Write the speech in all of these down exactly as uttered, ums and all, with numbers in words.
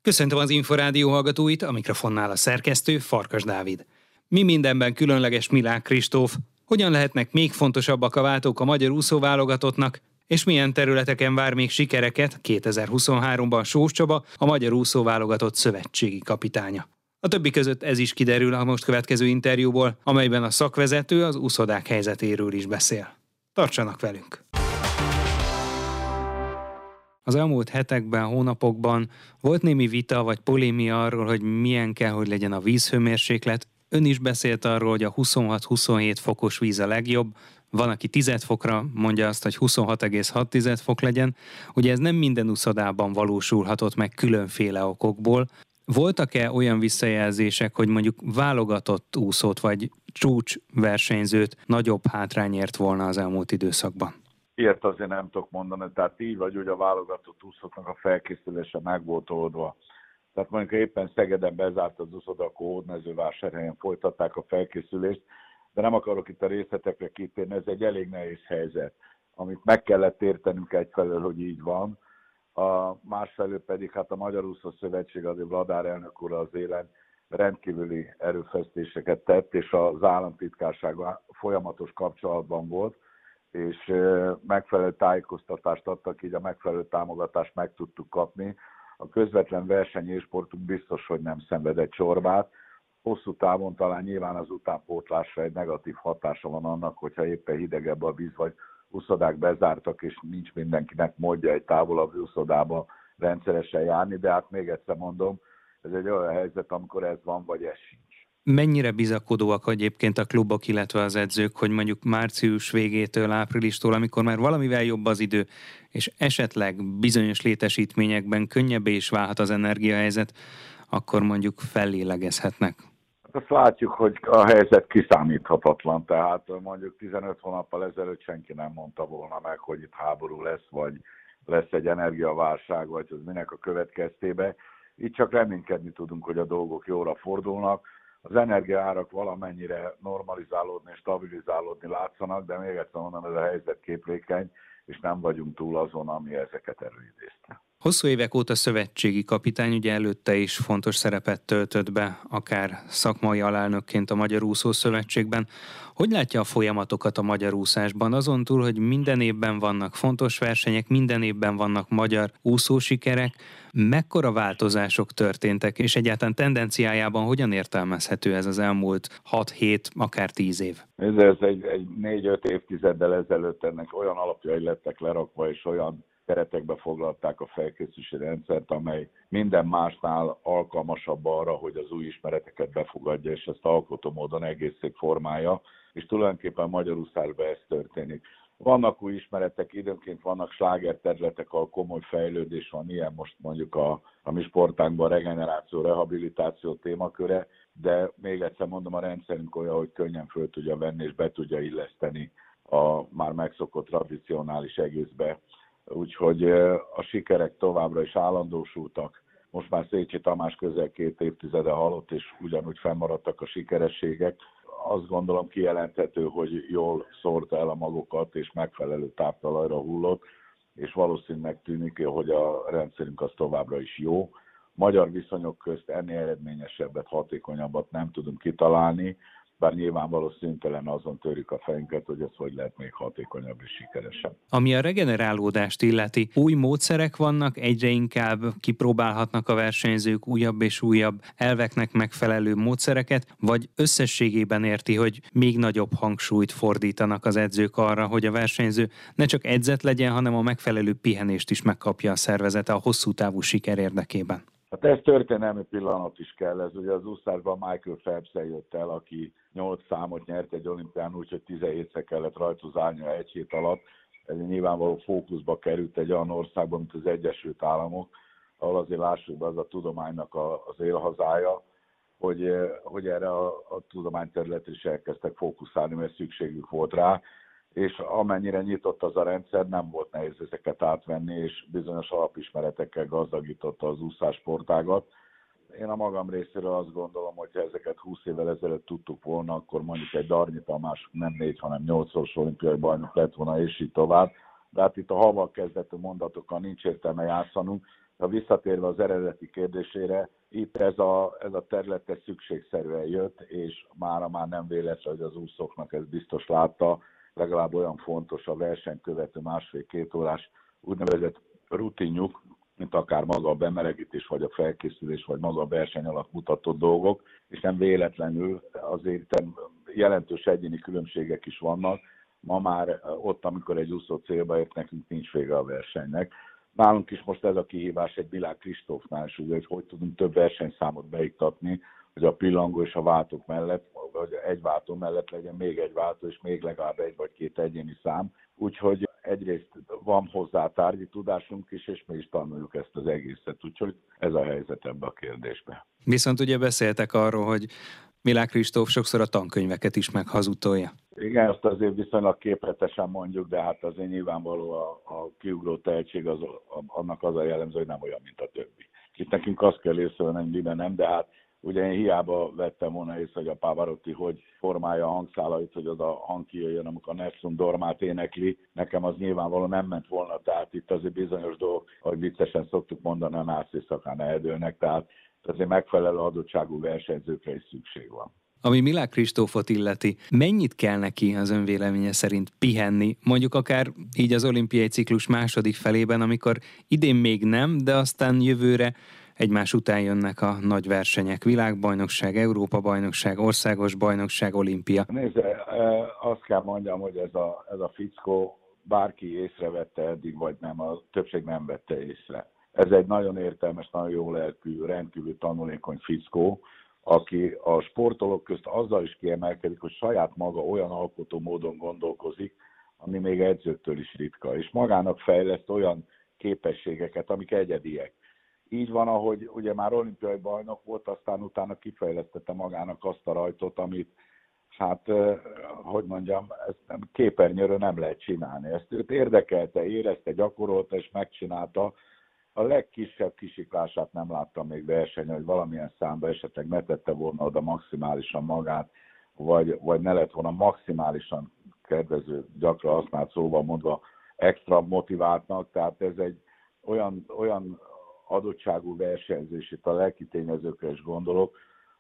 Köszöntöm az Inforádió hallgatóit, a mikrofonnál a szerkesztő Farkas Dávid. Mi mindenben különleges Milák Kristóf? Hogyan lehetnek még fontosabbak a váltók a magyar úszóválogatottnak? És milyen területeken vár még sikereket kétezer-huszonháromban Sós Csaba, a magyar úszóválogatott szövetségi kapitánya? A többi között ez is kiderül a most következő interjúból, amelyben a szakvezető az úszodák helyzetéről is beszél. Tartsanak velünk! Az elmúlt hetekben, hónapokban volt némi vita vagy polémia arról, hogy milyen kell, hogy legyen a vízhőmérséklet. Ön is beszélt arról, hogy a huszonhat-huszonhét fokos víz a legjobb. Van, aki tíz fokra mondja azt, hogy huszonhat egész hat fok legyen. Ugye ez nem minden úszodában valósulhatott meg különféle okokból. Voltak-e olyan visszajelzések, hogy mondjuk válogatott úszót vagy csúcsversenyzőt nagyobb hátrány ért volna az elmúlt időszakban? Ilyet azért nem tudok mondani, tehát így vagy úgy a válogatott úszóknak a felkészülése meg volt oldva. Tehát mondjuk éppen Szegeden bezárt az úszoda, akkor Hódmezővásárhelyen folytatták a felkészülést, de nem akarok itt a részletekre kitérni, ez egy elég nehéz helyzet, amit meg kellett értenünk egyfelől, hogy így van. A másfelől pedig hát a Magyar Úszó Szövetség, azért Vladár elnök úr az élen rendkívüli erőfeszítéseket tett, és az államtitkárság folyamatos kapcsolatban volt, és megfelelő tájékoztatást adtak, így a megfelelő támogatást meg tudtuk kapni. A közvetlen versenyésportunk biztos, hogy nem szenvedett csorbát. Hosszú távon talán nyilván az utánpótlásra egy negatív hatása van annak, hogyha éppen hidegebb a víz, vagy úszodák bezártak, és nincs mindenkinek módja egy távolabb úszodába rendszeresen járni, de hát még egyszer mondom, ez egy olyan helyzet, amikor ez van, vagy ez sincs. Mennyire bizakodóak egyébként a klubok, illetve az edzők, hogy mondjuk március végétől, áprilistól, amikor már valamivel jobb az idő, és esetleg bizonyos létesítményekben könnyebbé is válhat az energiahelyzet, akkor mondjuk fellélegezhetnek? Azt látjuk, hogy a helyzet kiszámíthatatlan, tehát mondjuk tizenöt hónappal ezelőtt senki nem mondta volna meg, hogy itt háború lesz, vagy lesz egy energiaválság, vagy az minek a következtébe. Itt csak reménykedni tudunk, hogy a dolgok jóra fordulnak. Az energiaárak valamennyire normalizálódni és stabilizálódni látszanak, de még egyszer mondom, ez a helyzet képlékeny, és nem vagyunk túl azon, ami ezeket előidézte. Hosszú évek óta szövetségi kapitány, ugye előtte is fontos szerepet töltött be, akár szakmai alelnökként a Magyar Úszó Szövetségben. Hogy látja a folyamatokat a magyar úszásban? Azon túl, hogy minden évben vannak fontos versenyek, minden évben vannak magyar úszósikerek, mekkora változások történtek, és egyáltalán tendenciájában hogyan értelmezhető ez az elmúlt hat-hét, akár tíz év? Ez, ez egy, egy négy-öt évtizeddel ezelőtt ennek olyan alapjai lettek lerakva, és olyan keretekbe foglalták a felkészülési rendszert, amely minden másnál alkalmasabb arra, hogy az új ismereteket befogadja, és ezt alkotó módon egészé formálja, és tulajdonképpen magyar úszásban ez történik. Vannak új ismeretek, időnként vannak slágerterületek, ahol komoly fejlődés van, ilyen most mondjuk a, a mi sportánkban a regeneráció, rehabilitáció témaköre, de még egyszer mondom, a rendszerünk olyan, hogy könnyen föl tudja venni és be tudja illeszteni a már megszokott tradicionális egészbe. Úgyhogy a sikerek továbbra is állandósultak. Most már Szécsi Tamás közel két évtizede halott, és ugyanúgy fennmaradtak a sikerességek. Azt gondolom kijelenthető, hogy jól szórta el a magokat, és megfelelő táptalajra hullott, és valószínűleg tűnik, hogy a rendszerünk az továbbra is jó. Magyar viszonyok közt ennél eredményesebbet, hatékonyabbat nem tudunk kitalálni, bár nyilvánvaló szintelen azon törjük a fejünket, hogy ez hogy lehet még hatékonyabb és sikeresebb. Ami a regenerálódást illeti, új módszerek vannak, egyre inkább kipróbálhatnak a versenyzők újabb és újabb elveknek megfelelő módszereket, vagy összességében érti, hogy még nagyobb hangsúlyt fordítanak az edzők arra, hogy a versenyző ne csak edzett legyen, hanem a megfelelő pihenést is megkapja a szervezete a hosszú távú siker érdekében. Hát ez történelmi pillanat is kell, ez ugye az úszásban Michael Phelps-el jött el, aki nyolc számot nyert egy olimpián, úgyhogy tizenhétszer kellett rajtozálnia egy hét alatt. Ez nyilvánvaló fókuszba került egy olyan országban, mint az Egyesült Államok, ahol azért lássuk be, az a tudománynak a, az élhazája, hogy, hogy erre a, a tudományterületre is elkezdtek fókuszálni, mert szükségük volt rá, és amennyire nyitott az a rendszer, nem volt nehéz ezeket átvenni, és bizonyos alapismeretekkel gazdagította az úszássportágat. Én a magam részéről azt gondolom, hogy ha ezeket húsz évvel ezelőtt tudtuk volna, akkor mondjuk egy Darnyi Tamás nem négy, hanem nyolcszoros olimpiai bajnok lett volna, és így tovább. De hát itt a haval kezdetű mondatokkal nincs értelme játszanunk. Ha visszatérve az eredeti kérdésére, itt ez a, ez a terület ez szükségszerűen jött, és mára már nem véletlen, hogy az úszóknak ez biztos látta, legalább olyan fontos a versenyt követő másfél-két órás úgynevezett rutinjuk, mint akár maga a bemelegítés, vagy a felkészülés, vagy maga a verseny alatt mutatott dolgok, és nem véletlenül azért jelentős egyéni különbségek is vannak. Ma már ott, amikor egy úszó célba ért, nekünk nincs vége a versenynek. Nálunk is most ez a kihívás egy Világ Kristófnál is, hogy hogy tudunk több versenyszámot beiktatni, hogy a pillangó és a váltók mellett, vagy egy váltó mellett legyen még egy váltó, és még legalább egy vagy két egyéni szám. Úgyhogy egyrészt van hozzá tárgyi tudásunk is, és mi is tanuljuk ezt az egészet. Úgyhogy ez a helyzet ebbe a kérdésbe. Viszont ugye beszéltek arról, hogy Milák Kristóf sokszor a tankönyveket is meghazudtolja. Igen, azt azért viszonylag képletesen mondjuk, de hát azért nyilvánvaló a, a kiugró tehetség, az, a, annak az a jellemző, hogy nem olyan, mint a többi. Itt nekünk azt kell észrevenni, hogy miben nem, de hát ugye én hiába vettem volna észre, hogy a Pavarotti hogy formálja a hangszálait, hogy az a hang kijöjjön, amikor a Nessun Dormát énekli. Nekem az nyilvánvalóan nem ment volna, tehát itt azért bizonyos dolgok, ahogy viccesen szoktuk mondani, a nász éjszakán eldőlnek, tehát azért megfelelő adottságú versenyzőkre is szükség van. Ami Milák Kristófot illeti, mennyit kell neki az ön véleménye szerint pihenni, mondjuk akár így az olimpiai ciklus második felében, amikor idén még nem, de aztán jövőre egymás után jönnek a nagy versenyek, világbajnokság, Európa-bajnokság, országos bajnokság, olimpia. Nézze, azt kell mondjam, hogy ez a, ez a fickó bárki észrevette eddig, vagy nem, a többség nem vette észre. Ez egy nagyon értelmes, nagyon jó lelkű, rendkívül tanulékony fickó, aki a sportolók közt azzal is kiemelkedik, hogy saját maga olyan alkotó módon gondolkozik, ami még edzőtől is ritka, és magának fejleszt olyan képességeket, amik egyediek. Így van, ahogy ugye már olimpiai bajnok volt, aztán utána kifejlesztette magának azt a rajtot, amit, hát, hogy mondjam, ezt nem, képernyőről nem lehet csinálni. Ezt őt érdekelte, érezte, gyakorolta és megcsinálta. A legkisebb kisiklását nem láttam még versenyen, hogy valamilyen számba esetleg ne tette volna oda maximálisan magát, vagy, vagy ne lett volna maximálisan kedvező, gyakran használt szóval mondva extra motiváltnak. Tehát ez egy olyan, olyan adottságú versenyzés, itt a lelki tényezőkre is gondolok,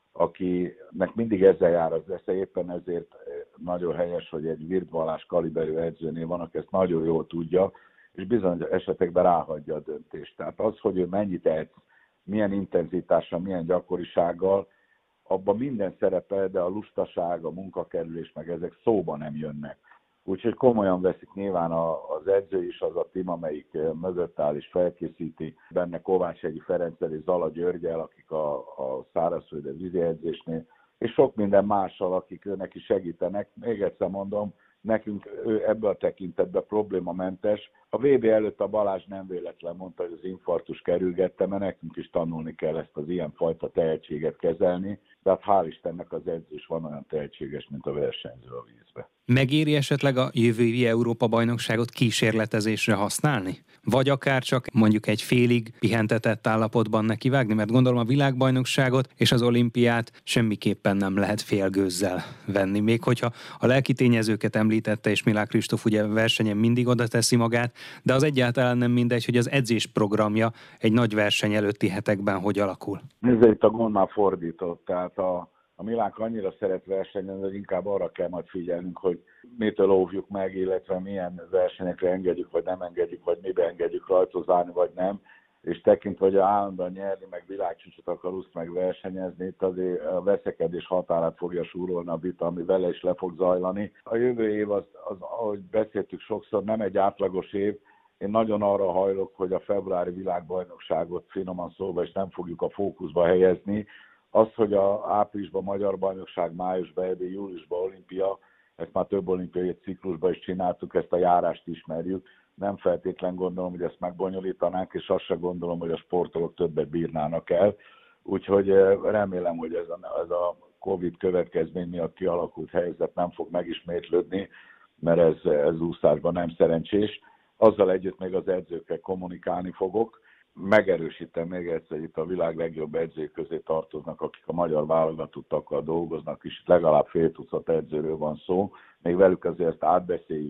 akinek mindig ezzel jár az esze, éppen ezért nagyon helyes, hogy egy virtuális kaliberű edzőnél van, aki ezt nagyon jól tudja, és bizonyos esetekben ráhagyja a döntést. Tehát az, hogy ő mennyit edz, milyen intenzitással, milyen gyakorisággal, abban minden szerepel, de a lustaság, a munkakerülés, meg ezek szóba nem jönnek. Úgyhogy komolyan veszik nyilván az edző is, az a tím, amelyik mögött áll és felkészíti, benne Kovács-hegyi Ferenccel és Zala Györgyel, akik a, a szárazföldi vízi edzésnél, és sok minden mással, akik őnek is segítenek. Még egyszer mondom, nekünk ő ebből a tekintetben problémamentes. A vé bé előtt a Balázs nem véletlen mondta, hogy az infarktus kerülgette, mert nekünk is tanulni kell ezt az ilyenfajta tehetséget kezelni, de hát hál' Istennek az edző is van olyan tehetséges, mint a versenyző a vízbe. Megéri esetleg a jövő évi Európa-bajnokságot kísérletezésre használni? Vagy akár csak mondjuk egy félig pihentetett állapotban nekivágni? Mert gondolom a világbajnokságot és az olimpiát semmiképpen nem lehet félgőzzel venni. Még hogyha a lelki tényezőket említette, és Milák Kristóf ugye versenyen mindig oda teszi magát, de az egyáltalán nem mindegy, hogy az edzés programja egy nagy verseny előtti hetekben hogy alakul. Nézd, itt a gond már fordított, tehát a A Milák annyira szeret versenyen, hogy inkább arra kell majd figyelnünk, hogy mitől óvjuk meg, illetve milyen versenyekre engedjük, vagy nem engedjük, vagy mibe engedjük rajtozálni, vagy nem. És tekintve, hogy állandóan nyerni, meg világcsúcsot akar úszni, meg versenyezni, itt azért a veszekedés határát fogja súrolni a vita, ami vele is le fog zajlani. A jövő év, az, az, ahogy beszéltük sokszor, nem egy átlagos év. Én nagyon arra hajlok, hogy a februári világbajnokságot finoman szólva, és nem fogjuk a fókuszba helyezni. Az, hogy a áprilisban magyar bajnokság, májusban, ebben júliusban olimpia, ezt már több olimpiai ciklusban is csináltuk, ezt a járást ismerjük. Nem feltétlen gondolom, hogy ezt megbonyolítanánk, és azt sem gondolom, hogy a sportolók többet bírnának el. Úgyhogy remélem, hogy ez a, ez a Covid következmény miatt kialakult helyzet nem fog megismétlődni, mert ez, ez úszásban nem szerencsés. Azzal együtt még az edzőkkel kommunikálni fogok. Megerősítem még egyszer, itt a világ legjobb edzők közé tartoznak, akik a magyar válogatottakkal dolgoznak, és legalább fél tucat edzőről van szó. Még velük azért ezt átbeszéljük,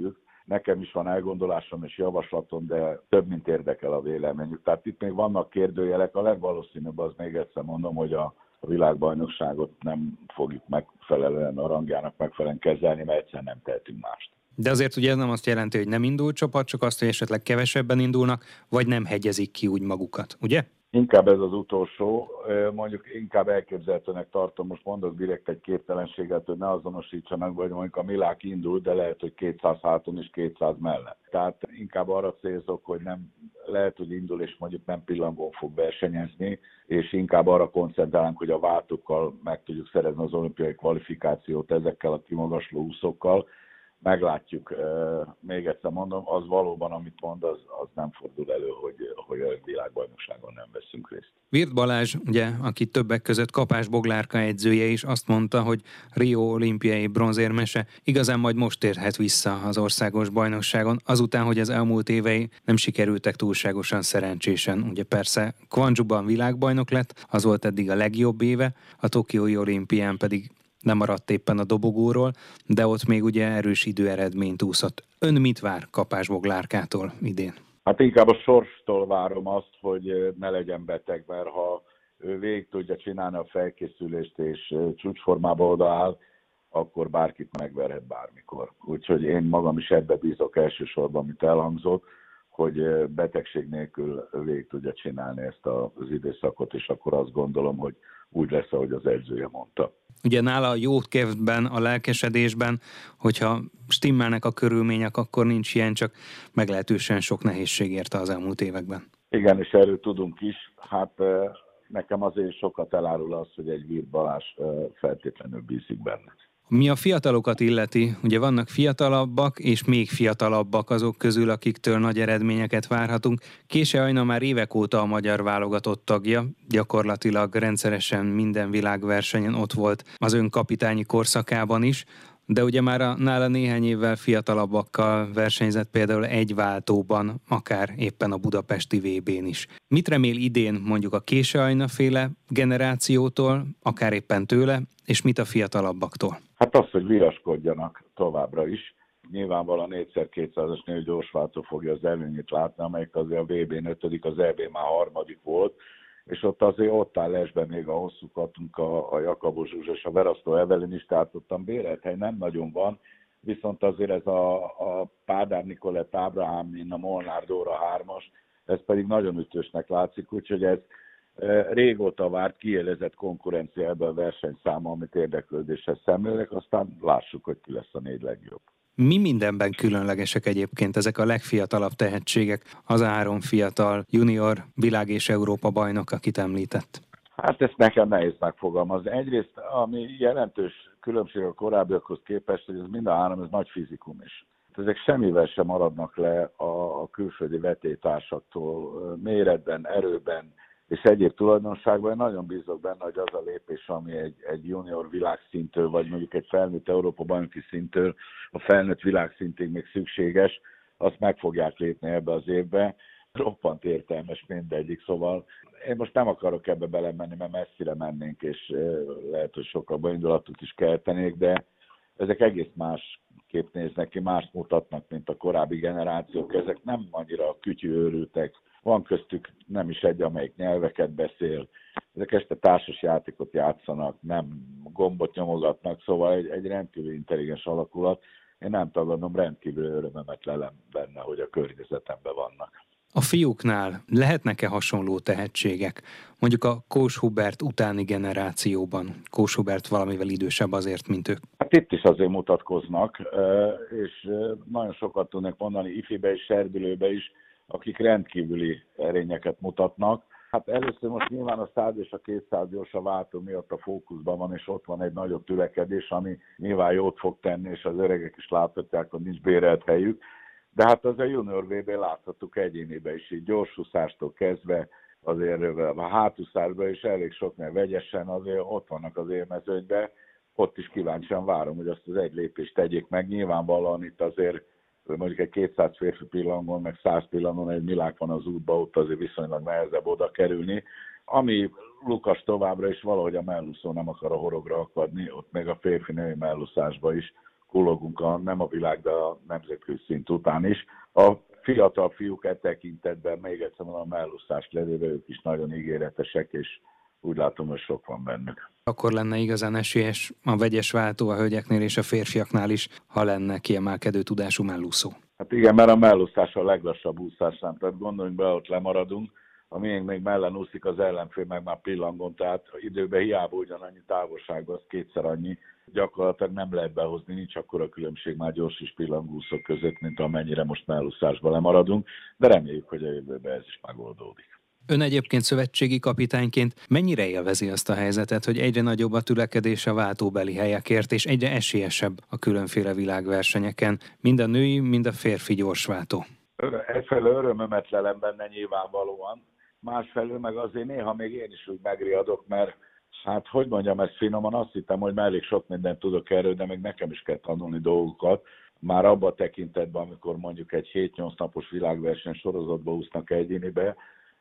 Nekem is van elgondolásom és javaslatom, de több, mint érdekel a véleményük. Tehát itt még vannak kérdőjelek, a legvalószínűbb az, még egyszer mondom, hogy a a világbajnokságot nem fogjuk megfelelően a rangjának megfelelően kezelni, mert egyszer nem tehetünk mást. De azért ugye ez nem azt jelenti, hogy nem indul csapat, csak azt, hogy esetleg kevesebben indulnak, vagy nem hegyezik ki úgy magukat, ugye? Inkább ez az utolsó, mondjuk inkább elképzelhetőnek tartom, most mondok direkt egy képtelenséget, hogy ne azonosítsanak, vagy mondjuk a Milák indul, de lehet, hogy kétszáz háton és kétszáz mellett. Tehát inkább arra célzok, hogy nem lehet, hogy indul, és mondjuk nem pillangón fog versenyezni, és inkább arra koncentrálunk, hogy a váltókkal meg tudjuk szerezni az olimpiai kvalifikációt ezekkel a kimagasló úszokkal. Meglátjuk, még egyszer mondom, az valóban, amit mond, az, az nem fordul elő, hogy, hogy a világbajnokságon nem veszünk részt. Virt Balázs, ugye, aki többek között Kapás Boglárka edzője is, azt mondta, hogy Rio olimpiai bronzérmese igazán majd most térhet vissza az országos bajnokságon, azután, hogy az elmúlt évei nem sikerültek túlságosan szerencsésen. Ugye persze Gwangjuban világbajnok lett, az volt eddig a legjobb éve, a tokiói olimpián pedig nem maradt éppen a dobogóról, de ott még ugye erős időeredményt úszott. Ön mit vár Kapás Boglárkától idén? Hát inkább a sorstól várom azt, hogy ne legyen beteg, mert ha ő végig tudja csinálni a felkészülést és csúcsformába odaáll, akkor bárkit megverhet bármikor. Úgyhogy én magam is ebbe bízok elsősorban, amit elhangzott, hogy betegség nélkül végig tudja csinálni ezt az időszakot, és akkor azt gondolom, hogy úgy lesz, ahogy az edzője mondta. Ugye nála a jó kedvben, a lelkesedésben, hogyha stimmelnek a körülmények, akkor nincs ilyen, csak meglehetősen sok nehézség érte az elmúlt években. Igen, és erről tudunk is. Hát nekem azért sokat elárul az, hogy egy Virt Balázs feltétlenül bízik benne. Mi a fiatalokat illeti, ugye vannak fiatalabbak és még fiatalabbak azok közül, akiktől nagy eredményeket várhatunk. Késő Ajna már évek óta a magyar válogatott tagja, gyakorlatilag rendszeresen minden világversenyen ott volt az önkapitányi korszakában is, de ugye már a nála néhány évvel fiatalabbakkal versenyzett például egy váltóban, akár éppen a budapesti vé bén is. Mit remél idén mondjuk a Késő Ajna féle generációtól, akár éppen tőle, és mit a fiatalabbaktól? Hát az, hogy viraskodjanak továbbra is. Nyilvánvalóan négyszer kétszázas nő gyorsváltó fogja az előnyét látni, amelyik azért a vé bén ötödik, az é bén már harmadik volt, és ott azért ott áll lesben még a hosszú katunk, a, a Jakabos Zsuzsa és a Verasztó Evelyn is, tehát ott a bérelt hely nem nagyon van, viszont azért ez a, a Pádár Nikolett, Ábrahám, Minna, Molnár Dóra hármas, ez pedig nagyon ütősnek látszik, úgyhogy ez e, régóta várt, kiélezett konkurencia ebben a versenyszáma, amit érdeklődéshez szemlélek, aztán lássuk, hogy ki lesz a négy legjobb. Mi mindenben különlegesek egyébként ezek a legfiatalabb tehetségek, az a három fiatal junior világ és Európa bajnok, akit említett? Hát ezt nekem nehéz megfogalmazni. Egyrészt, ami jelentős különbség a korábbiakhoz képest, hogy ez mind a három, ez nagy fizikum is. Ezek semmivel sem maradnak le a, a külföldi vetélytársaktól méretben, erőben és egyéb tulajdonságban. Én nagyon bízok benne, hogy az a lépés, ami egy, egy junior világszintől, vagy mondjuk egy felnőtt Európa bajnoki szintől a felnőtt világszintig még szükséges, azt meg fogják lépni ebbe az évbe. Roppant értelmes mindegyik, szóval én most nem akarok ebbe belemenni, mert messzire mennénk, és lehet, hogy sokkal bajindulatot is keltenék, de ezek egész másképp néznek ki, mást mutatnak, mint a korábbi generációk. Ezek nem annyira kütyűőrültek, van köztük nem is egy, amelyik nyelveket beszél. Ezek este társas játékot játszanak, nem gombot nyomogatnak, szóval egy, egy rendkívül intelligens alakulat. Én nem tagadom, rendkívül örömemet lelem benne, hogy a környezetemben vannak. A fiúknál lehetnek-e hasonló tehetségek? Mondjuk a Kós Hubert utáni generációban. Kós Hubert valamivel idősebb azért, mint ők. Hát itt is azért mutatkoznak, és nagyon sokat tudnak mondani ifibe és serdülőbe is, akik rendkívüli erényeket mutatnak. Hát először most nyilván a száz és a kétszáz gyors a váltó miatt a fókuszban van, és ott van egy nagyobb tülekedés, ami nyilván jót fog tenni, és az öregek is láthatják, hogy nincs bérelt helyük. De hát az a junior vé bén láthattuk egyéniben is, így gyorsúszástól kezdve, azért a hátúszásban is elég sok, mert vegyesen azért ott vannak az élmezőnyben, ott is kíváncsian várom, hogy azt az egy lépést tegyék meg. Nyilvánvalóan itt azért mondjuk egy kétszáz férfi pillangon, meg száz pillangon egy Milák van az útba, ott azért viszonylag nehezebb oda kerülni. Ami Lukas továbbra is valahogy a mellúszó nem akar a horogra akadni, ott még a férfi-női mellúszásban is kullogunk a, nem a világ, de a nemzetközi szint után is. A fiatal fiúk e tekintetben, még egyszer mondom, a mellúszást levéve ők is nagyon ígéretesek, és úgy látom, hogy sok van bennük. Akkor lenne igazán esélyes a vegyes váltó a hölgyeknél és a férfiaknál is, ha lenne kiemelkedő tudású mellúszó. Hát igen, mert a mellúszás a leglassabb úszásszám, tehát gondoljunk be, ott lemaradunk, a miénk még mellen úszik, az ellenfél meg már pillangon, tehát időben hiába ugyanannyi távolságban, az kétszer annyi. Gyakorlatilag nem lehet behozni, nincs akkora különbség már gyors és pillangóúszók között, mint amennyire most mellúszásban lemaradunk, de reméljük, hogy a jövőben ez is megoldódik. Ön egyébként szövetségi kapitányként mennyire élvezi azt a helyzetet, hogy egyre nagyobb a tülekedés a váltóbeli helyekért, és egyre esélyesebb a különféle világversenyeken, mind a női, mind a férfi gyorsváltó? Egyfelől örömömet lelem benne nyilvánvalóan, másfelől meg azért néha még én is úgy megriadok, mert hát hogy mondjam ezt finoman, azt hittem, hogy már elég sok mindent tudok erről, de még nekem is kell tanulni dolgokat. Már abban a tekintetben, amikor mondjuk egy hét-nyolc napos világverseny sorozatba úsznak egyénibe,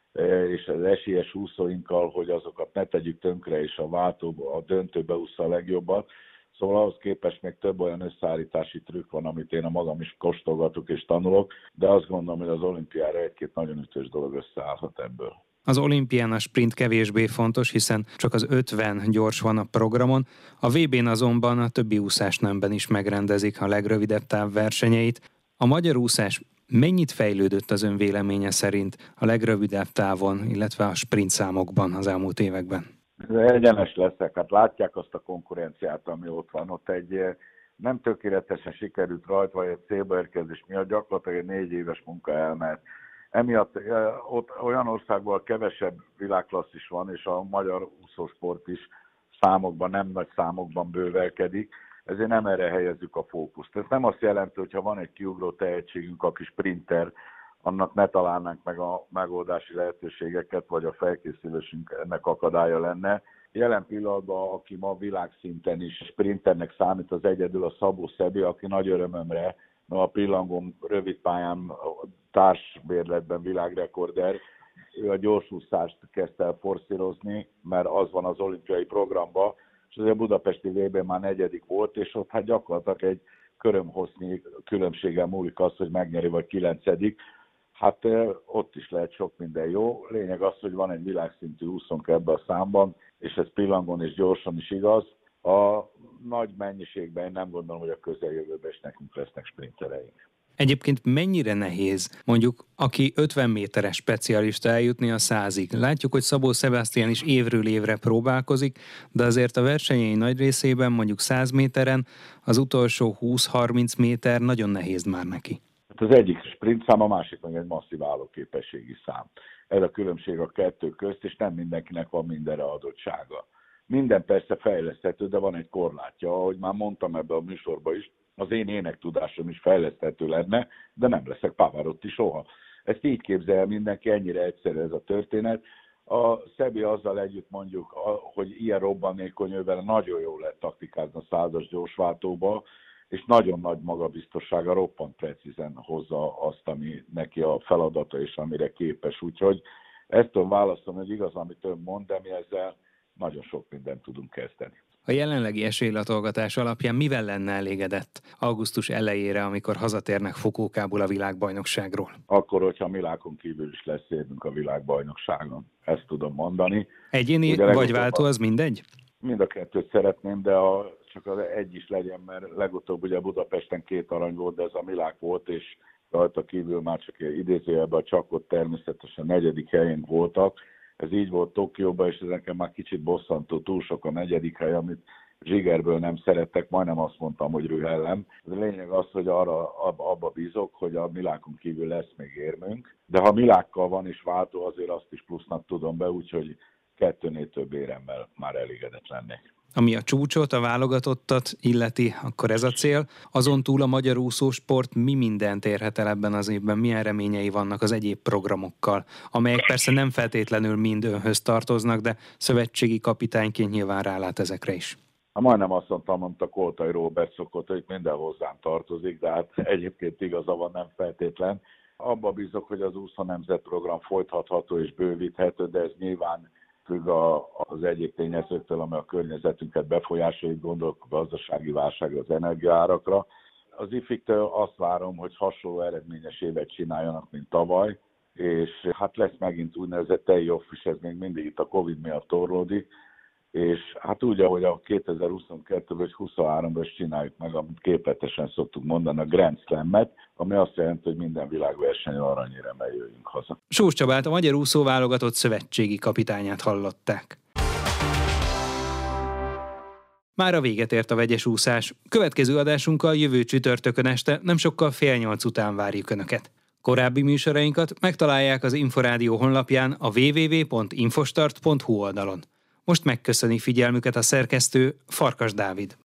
és az esélyes úszóinkkal, hogy azokat ne tegyük tönkre, és a váltóba, a döntőbe ússza a legjobbat. Szóval ahhoz képest még több olyan összeállítási trükk van, amit én a magam is kóstolgatok és tanulok, de azt gondolom, hogy az olimpiára egy-két nagyon ütős dolog összeállhat ebből. Az olimpián a sprint kevésbé fontos, hiszen csak az ötven gyors van a programon, a vé bén azonban a többi úszásnemben is megrendezik a legrövidebb távversenyeit. A magyar úszás mennyit fejlődött az ön véleménye szerint a legrövidebb távon, illetve a sprint számokban az elmúlt években? Egyenes leszek, hát látják azt a konkurenciát, ami ott van. Ott egy nem tökéletesen sikerült rajta, vagy egy célba érkezés miatt gyakorlatilag egy négy éves munka elment. Emiatt ott olyan országban kevesebb világklasszis van, és a magyar úszósport is számokban, nem nagy számokban bővelkedik, ezért nem erre helyezzük a fókuszt. Ez nem azt jelenti, hogy ha van egy kiugró tehetségünk, aki sprinter, annak ne találnánk meg a megoldási lehetőségeket, vagy a felkészülésünk ennek akadálya lenne. Jelen pillanatban, aki ma világszinten is sprinternek számít, az egyedül a Szabó Szabi, aki nagy örömömre, a pillangón rövidpályán társbérletben világrekorder, ő a gyorsúszást kezdte el forszírozni, mert az van az olimpiai programban, és azért a budapesti vé bén már negyedik volt, és ott hát gyakorlatilag egy körömhossznyi különbséggel múlik az, hogy megnyeri vagy kilencedik. Hát ott is lehet sok minden jó. Lényeg az, hogy van egy világszintű úszónk ebben a számban, és ez pillangon és gyorsan is igaz. A nagy mennyiségben én nem gondolom, hogy a közeljövőben is nekünk lesznek sprintereink. Egyébként mennyire nehéz, mondjuk, aki ötven méteres specialista eljutni a százig? Látjuk, hogy Szabó Sebastian is évről évre próbálkozik, de azért a versenyei nagy részében, mondjuk száz méteren, az utolsó húsz-harminc méter nagyon nehéz már neki. Hát az egyik sprint szám, a másik meg egy masszív állóképességi szám. Ez a különbség a kettő közt, és nem mindenkinek van mindenre adottsága. Minden persze fejleszthető, de van egy korlátja, ahogy már mondtam ebben a műsorban is, az én énektudásom is fejleszthető lenne, de nem leszek Pavarotti soha. Ezt így képzel mindenki, ennyire egyszerű ez a történet. A Szabi azzal együtt mondjuk, hogy ilyen robbanékony ővel nagyon jól lehet taktikázni a százas gyorsváltóba, és nagyon nagy magabiztossága, roppant precízen hozza azt, ami neki a feladata és amire képes. Úgyhogy ezt tudom válaszolni, hogy igaz, amit ön mond, de mi ezzel nagyon sok mindent tudunk kezdeni. A jelenlegi esélylatolgatás alapján mivel lenne elégedett augusztus elejére, amikor hazatérnek Fukuokából a világbajnokságról? Akkor, hogyha Milákon kívül is lesz évünk a világbajnokságon. Ezt tudom mondani. Egyéni ugye vagy váltó, az mindegy? Mind a kettőt szeretném, de a, csak az egy is legyen, mert legutóbb ugye Budapesten két arany volt, de ez a Milák volt, és rajta kívül már csak idézőjelben a csakot természetesen negyedik helyén voltak. Ez így volt Tokióban, és ez nekem már kicsit bosszantó, túl sok a negyedik hely, amit zsigerből nem szerettek, majdnem azt mondtam, hogy rühellem. A lényeg az, hogy arra, abba bízok, hogy a Milákon kívül lesz még érmünk, de ha Milákkal van is váltó, azért azt is plusznak tudom be, úgyhogy kettőnél több éremmel már elégedett lennék. Ami a csúcsot, a válogatottat illeti, akkor ez a cél. Azon túl a magyar úszósport mi mindent érhet el ebben az évben? Milyen reményei vannak az egyéb programokkal, amelyek persze nem feltétlenül mind önhöz tartoznak, de szövetségi kapitányként nyilván rálát ezekre is. Ha majdnem azt mondtam, mondta Koltai Róbert szokott, hogy minden hozzám tartozik, de hát egyébként igaza van, nem feltétlen. Abba bízok, hogy az úszó nemzetprogram folytatható és bővíthető, de ez nyilván függ a, az egyik tényezőktől, ami a környezetünket befolyásolja, gondolok a gazdasági válságra, az energiaárakra. Az ifiktől azt várom, hogy hasonló eredményes évet csináljanak, mint tavaly, és hát lesz megint úgynevezett payoff is, ez még mindig itt a Covid miatt torlódik, és hát úgy, ahogy a kétezer-huszonkettő vagy huszonháromban is csináljuk meg, amit képletesen szoktuk mondani, a Grand Slam-et, ami azt jelenti, hogy minden világversenyen aranyéremmel jöjjünk haza. Sós Csabát, a magyar úszóválogatott szövetségi kapitányát hallották. Már a véget ért a vegyes úszás. Következő adásunkkal jövő csütörtökön este nem sokkal fél nyolc után várjuk Önöket. Korábbi műsorainkat megtalálják az Inforádió honlapján a double-u double-u double-u pont infostart pont hu oldalon. Most megköszöni figyelmüket a szerkesztő, Farkas Dávid.